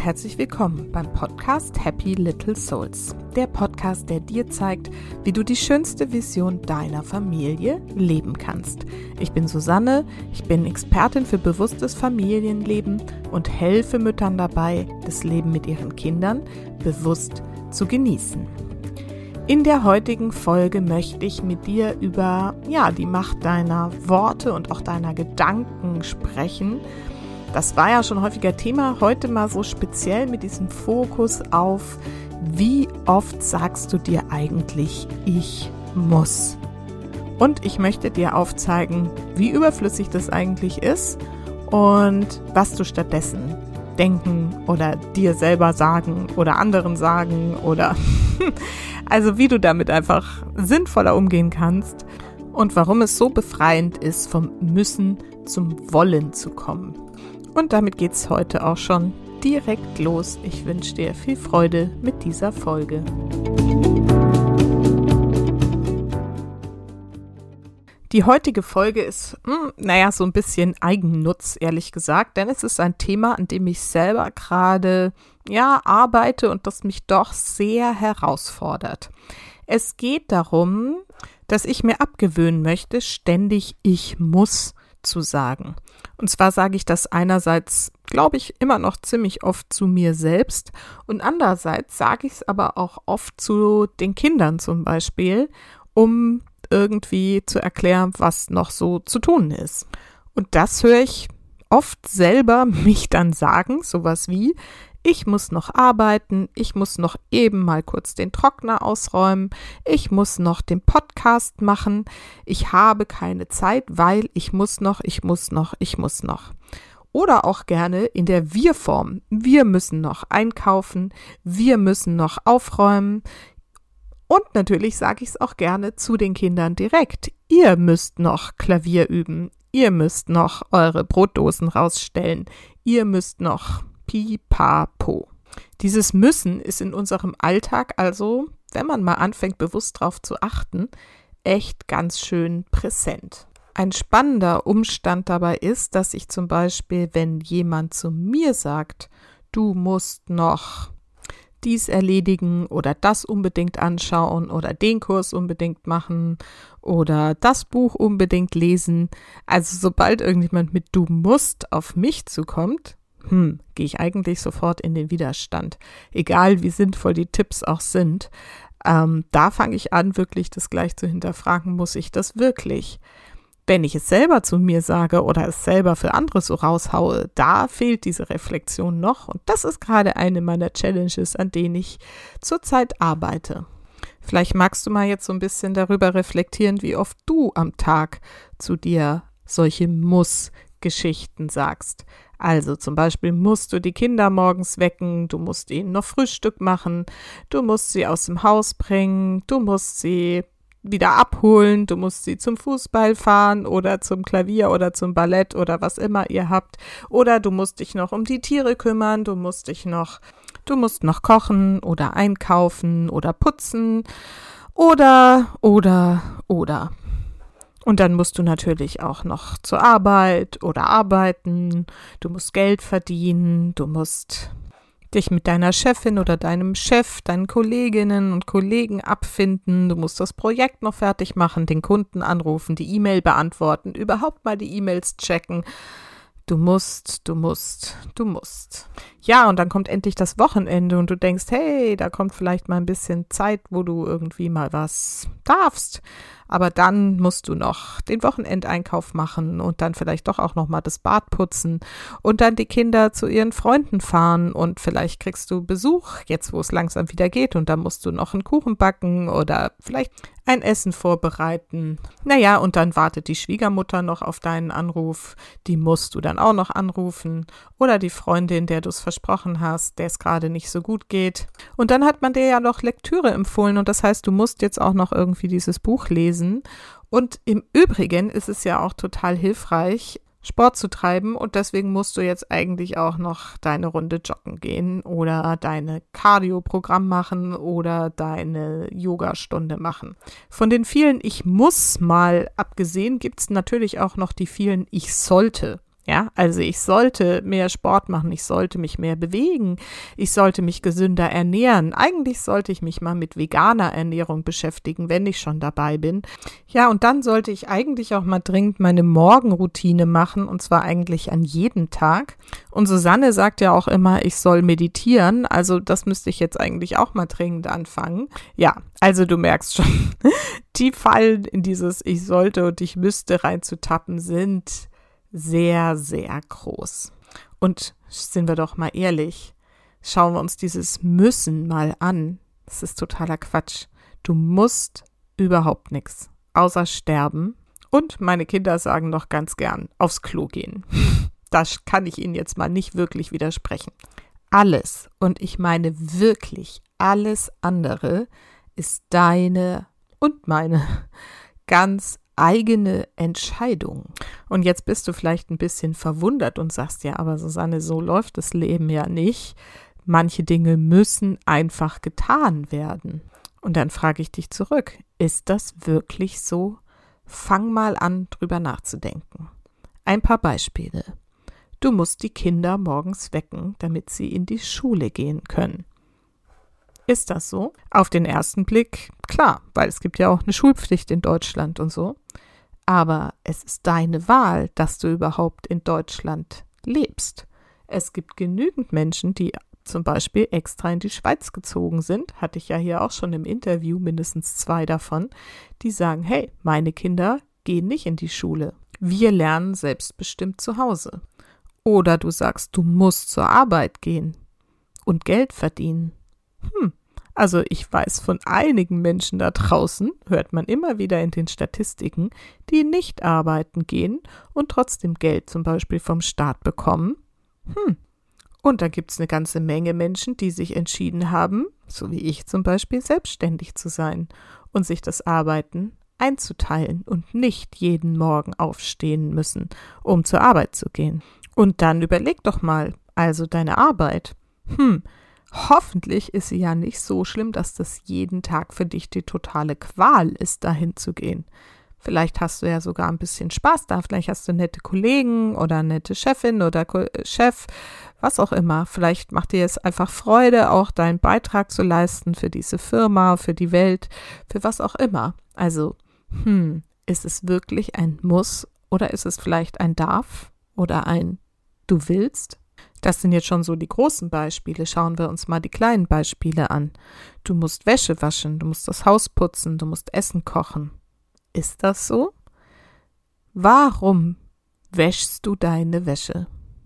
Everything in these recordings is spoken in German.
herzlich willkommen beim Podcast Happy Little Souls. Der Podcast, der dir zeigt, wie du die schönste Vision deiner Familie leben kannst. Ich bin Susanne, ich bin Expertin für bewusstes Familienleben und helfe Müttern dabei, das Leben mit ihren Kindern bewusst zu genießen. In der heutigen Folge möchte ich mit dir über die Macht deiner Worte und auch deiner Gedanken sprechen. Das war ja schon häufiger Thema, heute mal so speziell mit diesem Fokus auf, wie oft sagst du dir eigentlich, ich muss? Und ich möchte dir aufzeigen, wie überflüssig das eigentlich ist und was du stattdessen denken oder dir selber sagen oder anderen sagen oder also wie du damit einfach sinnvoller umgehen kannst und warum es so befreiend ist, vom Müssen zum Wollen zu kommen. Und damit geht's heute auch schon direkt los. Ich wünsche dir viel Freude mit dieser Folge. Die heutige Folge ist, so ein bisschen Eigennutz, ehrlich gesagt, denn es ist ein Thema, an dem ich selber gerade, arbeite und das mich doch sehr herausfordert. Es geht darum, dass ich mir abgewöhnen möchte, ständig ich muss zu sagen. Und zwar sage ich das einerseits, glaube ich, immer noch ziemlich oft zu mir selbst und andererseits sage ich es aber auch oft zu den Kindern zum Beispiel, um irgendwie zu erklären, was noch so zu tun ist. Und das höre ich oft selber mich dann sagen, sowas wie, ich muss noch arbeiten, ich muss noch eben mal kurz den Trockner ausräumen, ich muss noch den Podcast machen, ich habe keine Zeit, weil ich muss noch. Oder auch gerne in der Wir-Form. Wir müssen noch einkaufen, wir müssen noch aufräumen. Und natürlich sage ich es auch gerne zu den Kindern direkt. Ihr müsst noch Klavier üben, ihr müsst noch eure Brotdosen rausstellen, ihr müsst noch Pipapo. Dieses Müssen ist in unserem Alltag also, wenn man mal anfängt, bewusst drauf zu achten, echt ganz schön präsent. Ein spannender Umstand dabei ist, dass ich zum Beispiel, wenn jemand zu mir sagt, du musst noch dies erledigen oder das unbedingt anschauen oder den Kurs unbedingt machen oder das Buch unbedingt lesen, also sobald irgendjemand mit du musst auf mich zukommt, gehe ich eigentlich sofort in den Widerstand. Egal wie sinnvoll die Tipps auch sind, da fange ich an, wirklich das gleich zu hinterfragen, muss ich das wirklich? Wenn ich es selber zu mir sage oder es selber für andere so raushaue, da fehlt diese Reflexion noch und das ist gerade eine meiner Challenges, an denen ich zurzeit arbeite. Vielleicht magst du mal jetzt so ein bisschen darüber reflektieren, wie oft du am Tag zu dir solche Muss-Geschichten sagst. Also zum Beispiel musst du die Kinder morgens wecken, du musst ihnen noch Frühstück machen, du musst sie aus dem Haus bringen, du musst sie wieder abholen, du musst sie zum Fußball fahren oder zum Klavier oder zum Ballett oder was immer ihr habt. Oder du musst dich noch um die Tiere kümmern, du musst noch kochen oder einkaufen oder putzen oder. Und dann musst du natürlich auch noch zur Arbeit oder arbeiten, du musst Geld verdienen, du musst dich mit deiner Chefin oder deinem Chef, deinen Kolleginnen und Kollegen abfinden, du musst das Projekt noch fertig machen, den Kunden anrufen, die E-Mail beantworten, überhaupt mal die E-Mails checken. Du musst. Ja, und dann kommt endlich das Wochenende und du denkst, hey, da kommt vielleicht mal ein bisschen Zeit, wo du irgendwie mal was darfst. Aber dann musst du noch den Wochenendeinkauf machen und dann vielleicht doch auch noch mal das Bad putzen und dann die Kinder zu ihren Freunden fahren und vielleicht kriegst du Besuch, jetzt wo es langsam wieder geht und dann musst du noch einen Kuchen backen oder vielleicht ein Essen vorbereiten. Naja, und dann wartet die Schwiegermutter noch auf deinen Anruf, die musst du dann auch noch anrufen oder die Freundin, der du es versprochen hast, der es gerade nicht so gut geht. Und dann hat man dir ja noch Lektüre empfohlen und das heißt, du musst jetzt auch noch irgendwie dieses Buch lesen. Und im Übrigen ist es ja auch total hilfreich, Sport zu treiben und deswegen musst du jetzt eigentlich auch noch deine Runde joggen gehen oder deine Cardio-Programm machen oder deine Yoga-Stunde machen. Von den vielen Ich muss mal abgesehen gibt es natürlich auch noch die vielen Ich sollte. Ja, also ich sollte mehr Sport machen, ich sollte mich mehr bewegen, ich sollte mich gesünder ernähren. Eigentlich sollte ich mich mal mit veganer Ernährung beschäftigen, wenn ich schon dabei bin. Ja, und dann sollte ich eigentlich auch mal dringend meine Morgenroutine machen, und zwar eigentlich an jedem Tag. Und Susanne sagt ja auch immer, ich soll meditieren, also das müsste ich jetzt eigentlich auch mal dringend anfangen. Ja, also du merkst schon, die Fallen in dieses Ich sollte und ich müsste reinzutappen sind sehr, sehr groß. Und sind wir doch mal ehrlich, schauen wir uns dieses Müssen mal an. Das ist totaler Quatsch. Du musst überhaupt nichts, außer sterben. Und meine Kinder sagen noch ganz gern, aufs Klo gehen. Das kann ich Ihnen jetzt mal nicht wirklich widersprechen. Alles, und ich meine wirklich alles andere, ist deine und meine ganz eigene Entscheidung. Und jetzt bist du vielleicht ein bisschen verwundert und sagst, ja, aber Susanne, so läuft das Leben ja nicht. Manche Dinge müssen einfach getan werden. Und dann frage ich dich zurück, ist das wirklich so? Fang mal an, drüber nachzudenken. Ein paar Beispiele. Du musst die Kinder morgens wecken, damit sie in die Schule gehen können. Ist das so? Auf den ersten Blick, klar, weil es gibt ja auch eine Schulpflicht in Deutschland und so. Aber es ist deine Wahl, dass du überhaupt in Deutschland lebst. Es gibt genügend Menschen, die zum Beispiel extra in die Schweiz gezogen sind, hatte ich ja hier auch schon im Interview mindestens 2 davon, die sagen, hey, meine Kinder gehen nicht in die Schule. Wir lernen selbstbestimmt zu Hause. Oder du sagst, du musst zur Arbeit gehen und Geld verdienen. Also ich weiß von einigen Menschen da draußen, hört man immer wieder in den Statistiken, die nicht arbeiten gehen und trotzdem Geld zum Beispiel vom Staat bekommen. Und da gibt es eine ganze Menge Menschen, die sich entschieden haben, so wie ich zum Beispiel, selbstständig zu sein und sich das Arbeiten einzuteilen und nicht jeden Morgen aufstehen müssen, um zur Arbeit zu gehen. Und dann überleg doch mal, also deine Arbeit. Hoffentlich ist sie ja nicht so schlimm, dass das jeden Tag für dich die totale Qual ist, dahin zu gehen. Vielleicht hast du ja sogar ein bisschen Spaß da, vielleicht hast du nette Kollegen oder nette Chefin oder Chef, was auch immer. Vielleicht macht dir es einfach Freude, auch deinen Beitrag zu leisten für diese Firma, für die Welt, für was auch immer. Also, ist es wirklich ein Muss oder ist es vielleicht ein Darf oder ein Du willst? Das sind jetzt schon so die großen Beispiele. Schauen wir uns mal die kleinen Beispiele an. Du musst Wäsche waschen, du musst das Haus putzen, du musst Essen kochen. Ist das so? Warum wäschst du deine Wäsche?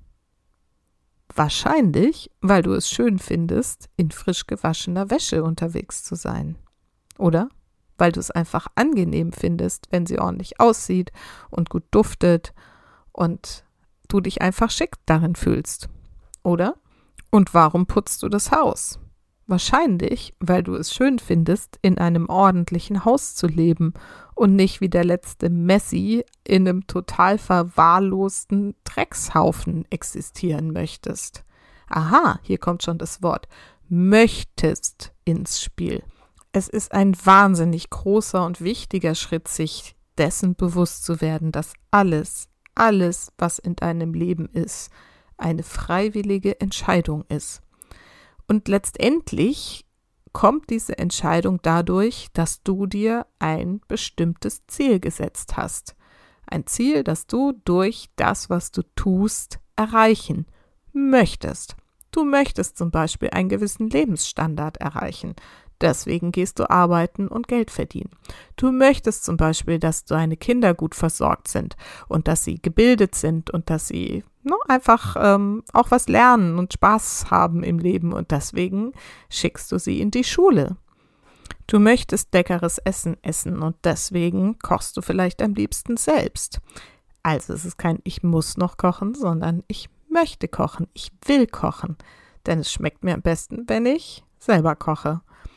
Wahrscheinlich, weil du es schön findest, in frisch gewaschener Wäsche unterwegs zu sein. Oder? Weil du es einfach angenehm findest, wenn sie ordentlich aussieht und gut duftet und du dich einfach schick darin fühlst. Oder? Und warum putzt du das Haus? Wahrscheinlich, weil du es schön findest, in einem ordentlichen Haus zu leben und nicht wie der letzte Messi in einem total verwahrlosten Dreckshaufen existieren möchtest. Aha, hier kommt schon das Wort möchtest ins Spiel. Es ist ein wahnsinnig großer und wichtiger Schritt, sich dessen bewusst zu werden, dass alles, was in deinem Leben ist, eine freiwillige Entscheidung ist. Und letztendlich kommt diese Entscheidung dadurch, dass du dir ein bestimmtes Ziel gesetzt hast. Ein Ziel, das du durch das, was du tust, erreichen möchtest. Du möchtest zum Beispiel einen gewissen Lebensstandard erreichen. Deswegen gehst du arbeiten und Geld verdienen. Du möchtest zum Beispiel, dass deine Kinder gut versorgt sind und dass sie gebildet sind und dass sie einfach auch was lernen und Spaß haben im Leben und deswegen schickst du sie in die Schule. Du möchtest leckeres Essen essen und deswegen kochst du vielleicht am liebsten selbst. Also es ist kein Ich muss noch kochen, sondern ich möchte kochen, ich will kochen, denn es schmeckt mir am besten, wenn ich selber koche.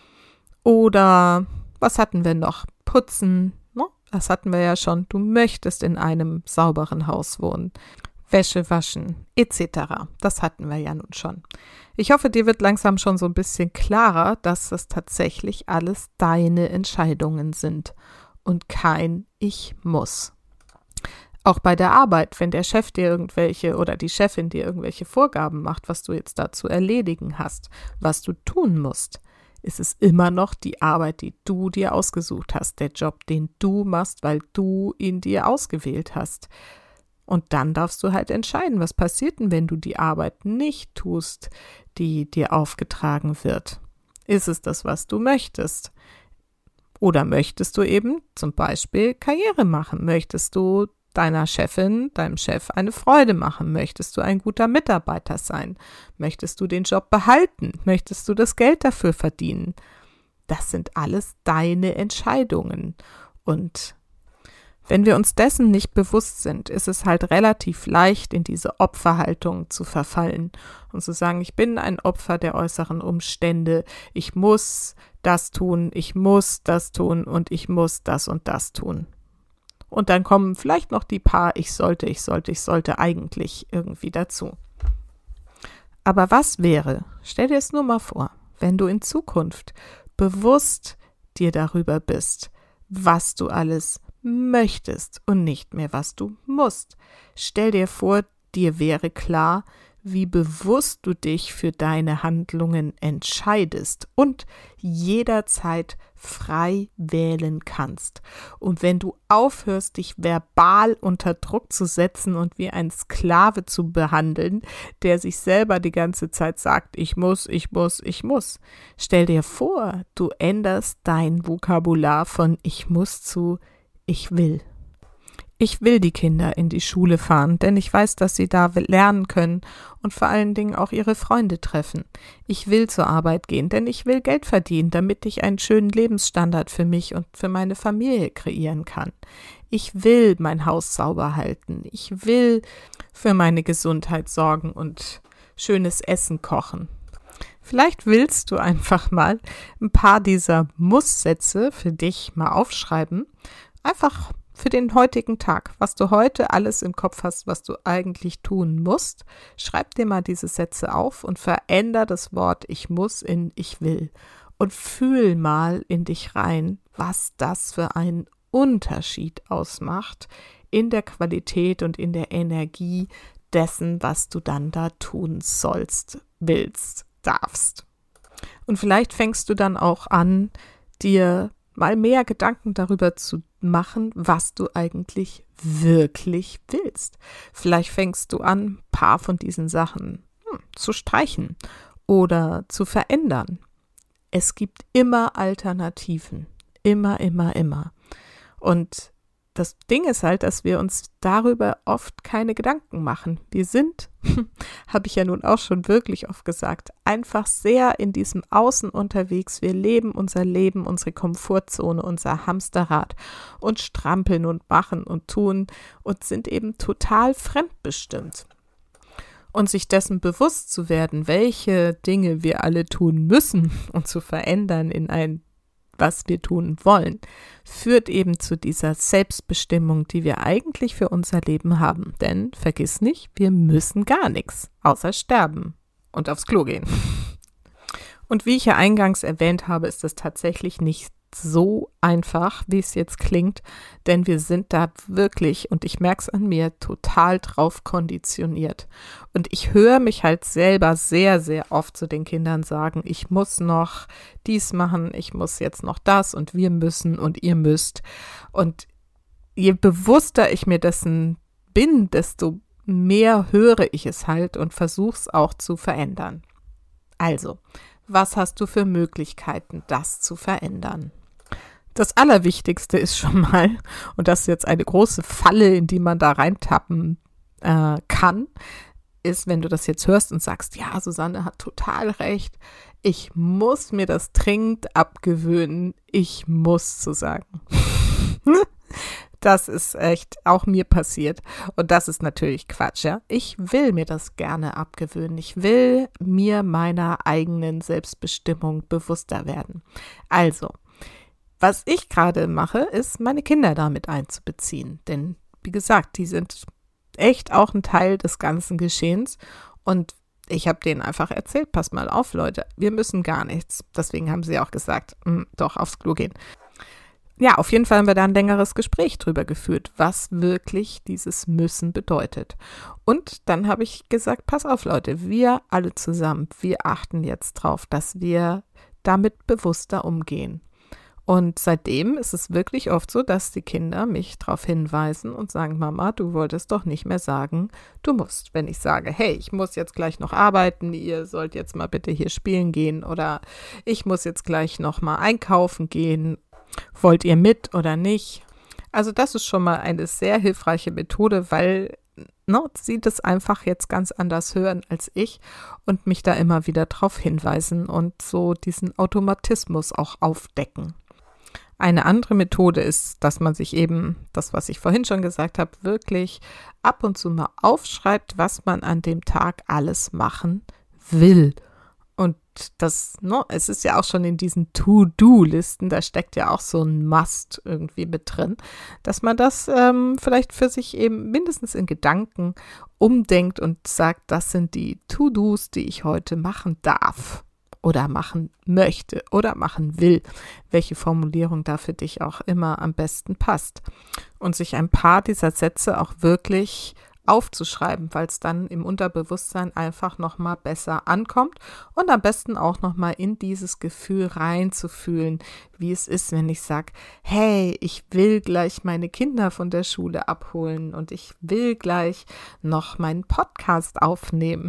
Oder, was hatten wir noch? Putzen, das hatten wir ja schon. Du möchtest in einem sauberen Haus wohnen. Wäsche waschen, etc. Das hatten wir ja nun schon. Ich hoffe, dir wird langsam schon so ein bisschen klarer, dass es tatsächlich alles deine Entscheidungen sind und kein Ich muss. Auch bei der Arbeit, wenn der Chef dir irgendwelche oder die Chefin dir irgendwelche Vorgaben macht, was du jetzt da zu erledigen hast, was du tun musst, ist es immer noch die Arbeit, die du dir ausgesucht hast, der Job, den du machst, weil du ihn dir ausgewählt hast. Und dann darfst du halt entscheiden, was passiert denn, wenn du die Arbeit nicht tust, die dir aufgetragen wird. Ist es das, was du möchtest? Oder möchtest du eben zum Beispiel Karriere machen? Möchtest du deiner Chefin, deinem Chef eine Freude machen? Möchtest du ein guter Mitarbeiter sein? Möchtest du den Job behalten? Möchtest du das Geld dafür verdienen? Das sind alles deine Entscheidungen. Und wenn wir uns dessen nicht bewusst sind, ist es halt relativ leicht, in diese Opferhaltung zu verfallen und zu sagen, ich bin ein Opfer der äußeren Umstände, ich muss das tun, ich muss das tun und ich muss das und das tun. Und dann kommen vielleicht noch die paar ich sollte eigentlich irgendwie dazu. Aber was wäre, stell dir es nur mal vor, wenn du in Zukunft bewusst dir darüber bist, was du alles möchtest und nicht mehr, was du musst. Stell dir vor, dir wäre klar, wie bewusst du dich für deine Handlungen entscheidest und jederzeit frei wählen kannst. Und wenn du aufhörst, dich verbal unter Druck zu setzen und wie ein Sklave zu behandeln, der sich selber die ganze Zeit sagt, ich muss, stell dir vor, du änderst dein Vokabular von ich muss zu ich will. Ich will die Kinder in die Schule fahren, denn ich weiß, dass sie da lernen können und vor allen Dingen auch ihre Freunde treffen. Ich will zur Arbeit gehen, denn ich will Geld verdienen, damit ich einen schönen Lebensstandard für mich und für meine Familie kreieren kann. Ich will mein Haus sauber halten. Ich will für meine Gesundheit sorgen und schönes Essen kochen. Vielleicht willst du einfach mal ein paar dieser Muss-Sätze für dich mal aufschreiben. Einfach für den heutigen Tag, was du heute alles im Kopf hast, was du eigentlich tun musst. Schreib dir mal diese Sätze auf und veränder das Wort ich muss in ich will. Und fühl mal in dich rein, was das für einen Unterschied ausmacht in der Qualität und in der Energie dessen, was du dann da tun sollst, willst, darfst. Und vielleicht fängst du dann auch an, dir mal mehr Gedanken darüber zu machen, was du eigentlich wirklich willst. Vielleicht fängst du an, ein paar von diesen Sachen zu streichen oder zu verändern. Es gibt immer Alternativen. Immer. Und das Ding ist halt, dass wir uns darüber oft keine Gedanken machen. Wir sind, habe ich ja nun auch schon wirklich oft gesagt, einfach sehr in diesem Außen unterwegs. Wir leben unser Leben, unsere Komfortzone, unser Hamsterrad und strampeln und machen und tun und sind eben total fremdbestimmt. Und sich dessen bewusst zu werden, welche Dinge wir alle tun müssen und zu verändern in ein was wir tun wollen, führt eben zu dieser Selbstbestimmung, die wir eigentlich für unser Leben haben. Denn vergiss nicht, wir müssen gar nichts, außer sterben und aufs Klo gehen. Und wie ich ja eingangs erwähnt habe, ist es tatsächlich nicht so einfach, wie es jetzt klingt, denn wir sind da wirklich, und ich merke es an mir, total drauf konditioniert. Und ich höre mich halt selber sehr, sehr oft zu den Kindern sagen, ich muss noch dies machen, ich muss jetzt noch das und wir müssen und ihr müsst. Und je bewusster ich mir dessen bin, desto mehr höre ich es halt und versuche es auch zu verändern. Also, was hast du für Möglichkeiten, das zu verändern? Das Allerwichtigste ist schon mal, und das ist jetzt eine große Falle, in die man da reintappen kann, ist, wenn du das jetzt hörst und sagst, ja, Susanne hat total recht, ich muss mir das dringend abgewöhnen, ich muss zu sagen. Das ist echt auch mir passiert und das ist natürlich Quatsch, ja. Ich will mir das gerne abgewöhnen, ich will mir meiner eigenen Selbstbestimmung bewusster werden. Also, was ich gerade mache, ist, meine Kinder damit einzubeziehen. Denn, wie gesagt, die sind echt auch ein Teil des ganzen Geschehens. Und ich habe denen einfach erzählt, pass mal auf, Leute, wir müssen gar nichts. Deswegen haben sie auch gesagt, doch, aufs Klo gehen. ja, auf jeden Fall haben wir da ein längeres Gespräch drüber geführt, was wirklich dieses Müssen bedeutet. Und dann habe ich gesagt, pass auf Leute, wir alle zusammen, wir achten jetzt drauf, dass wir damit bewusster umgehen. Und seitdem ist es wirklich oft so, dass die Kinder mich darauf hinweisen und sagen, Mama, du wolltest doch nicht mehr sagen, du musst. Wenn ich sage, hey, ich muss jetzt gleich noch arbeiten, ihr sollt jetzt mal bitte hier spielen gehen oder ich muss jetzt gleich noch mal einkaufen gehen, wollt ihr mit oder nicht? Also das ist schon mal eine sehr hilfreiche Methode, weil sie das einfach jetzt ganz anders hören als ich und mich da immer wieder drauf hinweisen und so diesen Automatismus auch aufdecken. Eine andere Methode ist, dass man sich eben, das was ich vorhin schon gesagt habe, wirklich ab und zu mal aufschreibt, was man an dem Tag alles machen will. Und das, es ist ja auch schon in diesen To-Do-Listen, da steckt ja auch so ein Must irgendwie mit drin, dass man das vielleicht für sich eben mindestens in Gedanken umdenkt und sagt, das sind die To-Dos, die ich heute machen darf oder machen möchte oder machen will, welche Formulierung da für dich auch immer am besten passt. Und sich ein paar dieser Sätze auch wirklich aufzuschreiben, weil es dann im Unterbewusstsein einfach nochmal besser ankommt und am besten auch nochmal in dieses Gefühl reinzufühlen, wie es ist, wenn ich sage, hey, ich will gleich meine Kinder von der Schule abholen und ich will gleich noch meinen Podcast aufnehmen.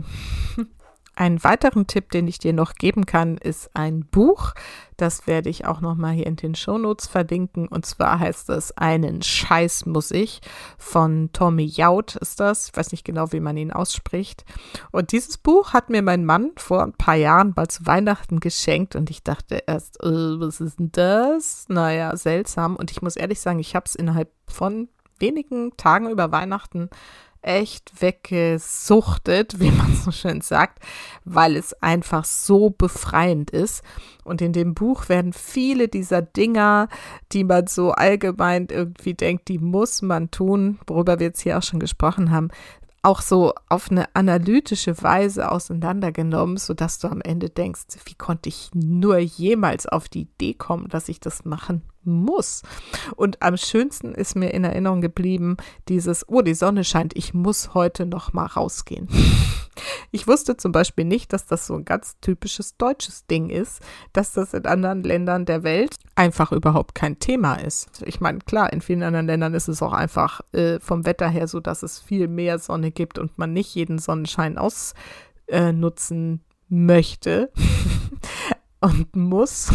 Einen weiteren Tipp, den ich dir noch geben kann, ist ein Buch. Das werde ich auch nochmal hier in den Shownotes verlinken. Und zwar heißt es Einen Scheiß muss ich von Tommy Jaud ist das. Ich weiß nicht genau, wie man ihn ausspricht. Und dieses Buch hat mir mein Mann vor ein paar Jahren mal zu Weihnachten geschenkt. Und ich dachte erst, was ist denn das? Naja, seltsam. Und ich muss ehrlich sagen, ich habe es innerhalb von wenigen Tagen über Weihnachten echt weggesuchtet, wie man so schön sagt, weil es einfach so befreiend ist. Und in dem Buch werden viele dieser Dinger, die man so allgemein irgendwie denkt, die muss man tun, worüber wir jetzt hier auch schon gesprochen haben, auch so auf eine analytische Weise auseinandergenommen, sodass du am Ende denkst, wie konnte ich nur jemals auf die Idee kommen, dass ich das machen muss. Und am schönsten ist mir in Erinnerung geblieben dieses, die Sonne scheint, ich muss heute noch mal rausgehen. Ich wusste zum Beispiel nicht, dass das so ein ganz typisches deutsches Ding ist, dass das in anderen Ländern der Welt einfach überhaupt kein Thema ist. Ich meine, klar, in vielen anderen Ländern ist es auch einfach vom Wetter her so, dass es viel mehr Sonne gibt und man nicht jeden Sonnenschein ausnutzen möchte und muss.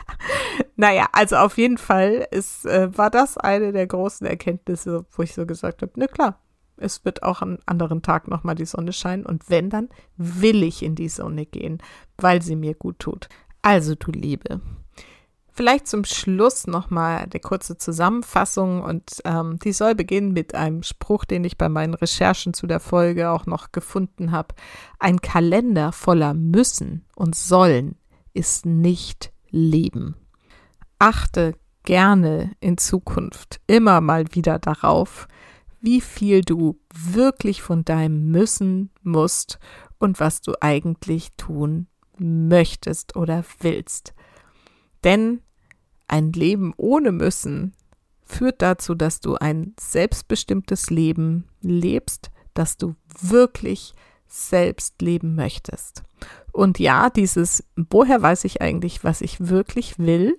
Naja, also auf jeden Fall war das eine der großen Erkenntnisse, wo ich so gesagt habe, klar, es wird auch an anderen Tag nochmal die Sonne scheinen und wenn, dann will ich in die Sonne gehen, weil sie mir gut tut. Also, du Liebe, vielleicht zum Schluss nochmal eine kurze Zusammenfassung und die soll beginnen mit einem Spruch, den ich bei meinen Recherchen zu der Folge auch noch gefunden habe. Ein Kalender voller Müssen und Sollen ist nicht Leben. Achte gerne in Zukunft immer mal wieder darauf, wie viel du wirklich von deinem Müssen musst und was du eigentlich tun möchtest oder willst. Denn ein Leben ohne Müssen führt dazu, dass du ein selbstbestimmtes Leben lebst, das du wirklich selbst leben möchtest. Und ja, woher weiß ich eigentlich, was ich wirklich will?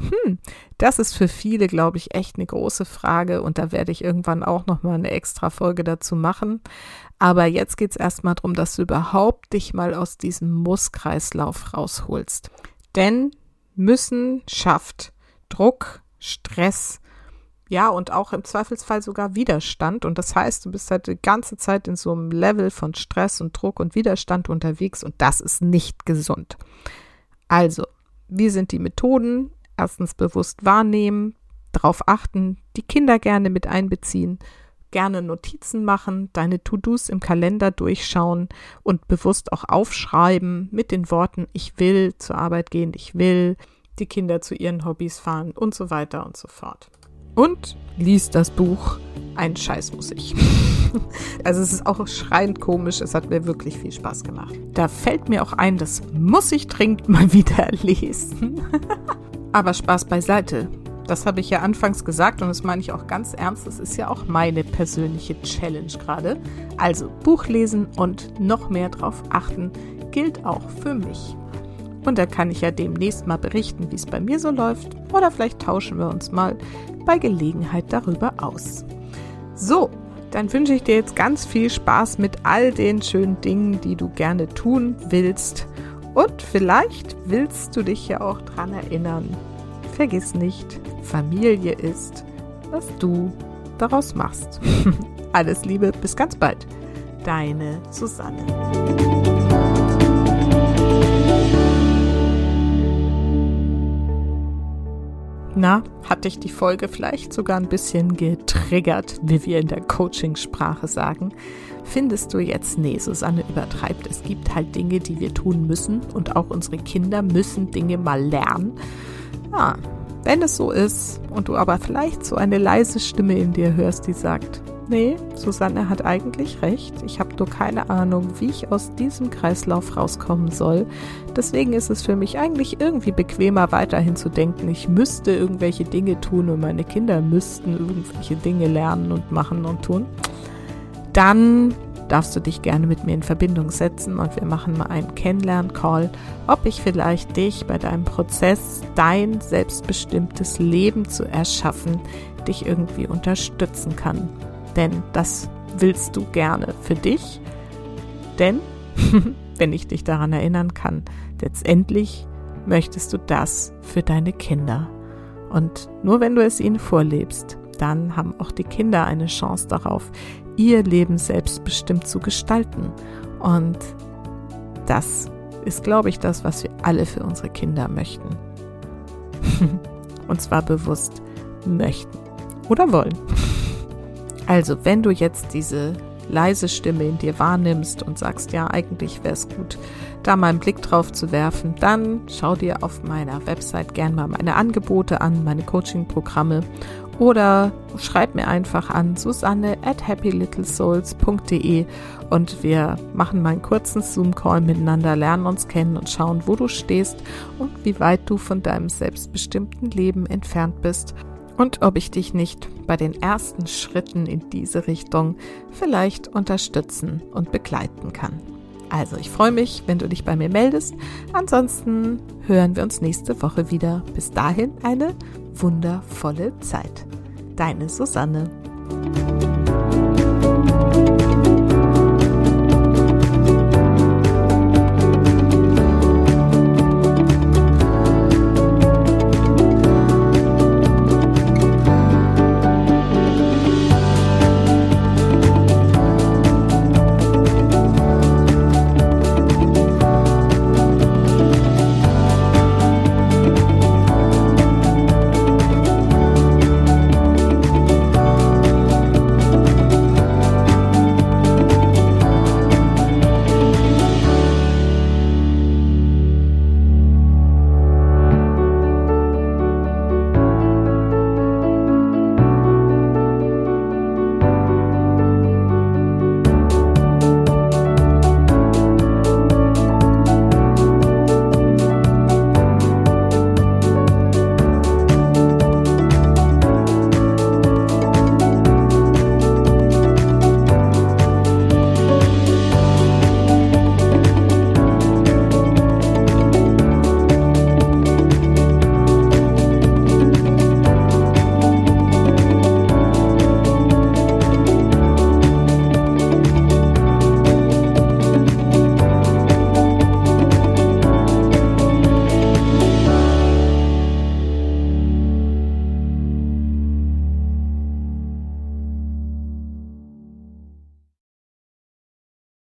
Das ist für viele, glaube ich, echt eine große Frage und da werde ich irgendwann auch nochmal eine extra Folge dazu machen. Aber jetzt geht es erstmal darum, dass du überhaupt dich mal aus diesem Muss-Kreislauf rausholst. Denn Müssen schafft Druck, Stress, ja, und auch im Zweifelsfall sogar Widerstand. Und das heißt, du bist halt die ganze Zeit in so einem Level von Stress und Druck und Widerstand unterwegs und das ist nicht gesund. Also, wie sind die Methoden? Erstens bewusst wahrnehmen, darauf achten, die Kinder gerne mit einbeziehen, gerne Notizen machen, deine To-Dos im Kalender durchschauen und bewusst auch aufschreiben mit den Worten, ich will zur Arbeit gehen, ich will die Kinder zu ihren Hobbys fahren und so weiter und so fort. Und lies das Buch Ein Scheiß muss ich. Also es ist auch schreiend komisch, es hat mir wirklich viel Spaß gemacht. Da fällt mir auch ein, das muss ich dringend mal wieder lesen. Aber Spaß beiseite. das habe ich ja anfangs gesagt und das meine ich auch ganz ernst. Das ist ja auch meine persönliche Challenge gerade. Also Buch lesen und noch mehr drauf achten, gilt auch für mich. Und da kann ich ja demnächst mal berichten, wie es bei mir so läuft. Oder vielleicht tauschen wir uns mal bei Gelegenheit darüber aus. So, dann wünsche ich dir jetzt ganz viel Spaß mit all den schönen Dingen, die du gerne tun willst. Und vielleicht willst du dich ja auch dran erinnern. Vergiss nicht, Familie ist, was du daraus machst. Alles Liebe, bis ganz bald. Deine Susanne. Na, hat dich die Folge vielleicht sogar ein bisschen getriggert, wie wir in der Coachingsprache sagen? Findest du jetzt, nee, Susanne übertreibt, es gibt halt Dinge, die wir tun müssen und auch unsere Kinder müssen Dinge mal lernen. Ja, wenn es so ist und du aber vielleicht so eine leise Stimme in dir hörst, die sagt, nee, Susanne hat eigentlich recht, ich habe nur keine Ahnung, wie ich aus diesem Kreislauf rauskommen soll. Deswegen ist es für mich eigentlich irgendwie bequemer, weiterhin zu denken, ich müsste irgendwelche Dinge tun und meine Kinder müssten irgendwelche Dinge lernen und machen und tun. Dann darfst du dich gerne mit mir in Verbindung setzen und wir machen mal einen Kennenlern-Call, ob ich vielleicht dich bei deinem Prozess, dein selbstbestimmtes Leben zu erschaffen, dich irgendwie unterstützen kann. Denn das willst du gerne für dich, denn, wenn ich dich daran erinnern kann, letztendlich möchtest du das für deine Kinder. Und nur wenn du es ihnen vorlebst, dann haben auch die Kinder eine Chance darauf, ihr Leben selbstbestimmt zu gestalten. Und das ist, glaube ich, das, was wir alle für unsere Kinder möchten. Und zwar bewusst möchten oder wollen. Also, wenn du jetzt diese leise Stimme in dir wahrnimmst und sagst, ja, eigentlich wäre es gut, da mal einen Blick drauf zu werfen, dann schau dir auf meiner Website gern mal meine Angebote an, meine Coaching-Programme oder schreib mir einfach an susanne@happylittlesouls.de und wir machen mal einen kurzen Zoom-Call miteinander, lernen uns kennen und schauen, wo du stehst und wie weit du von deinem selbstbestimmten Leben entfernt bist und ob ich dich nicht bei den ersten Schritten in diese Richtung vielleicht unterstützen und begleiten kann. Also ich freue mich, wenn du dich bei mir meldest. Ansonsten hören wir uns nächste Woche wieder. Bis dahin eine wundervolle Zeit. Deine Susanne.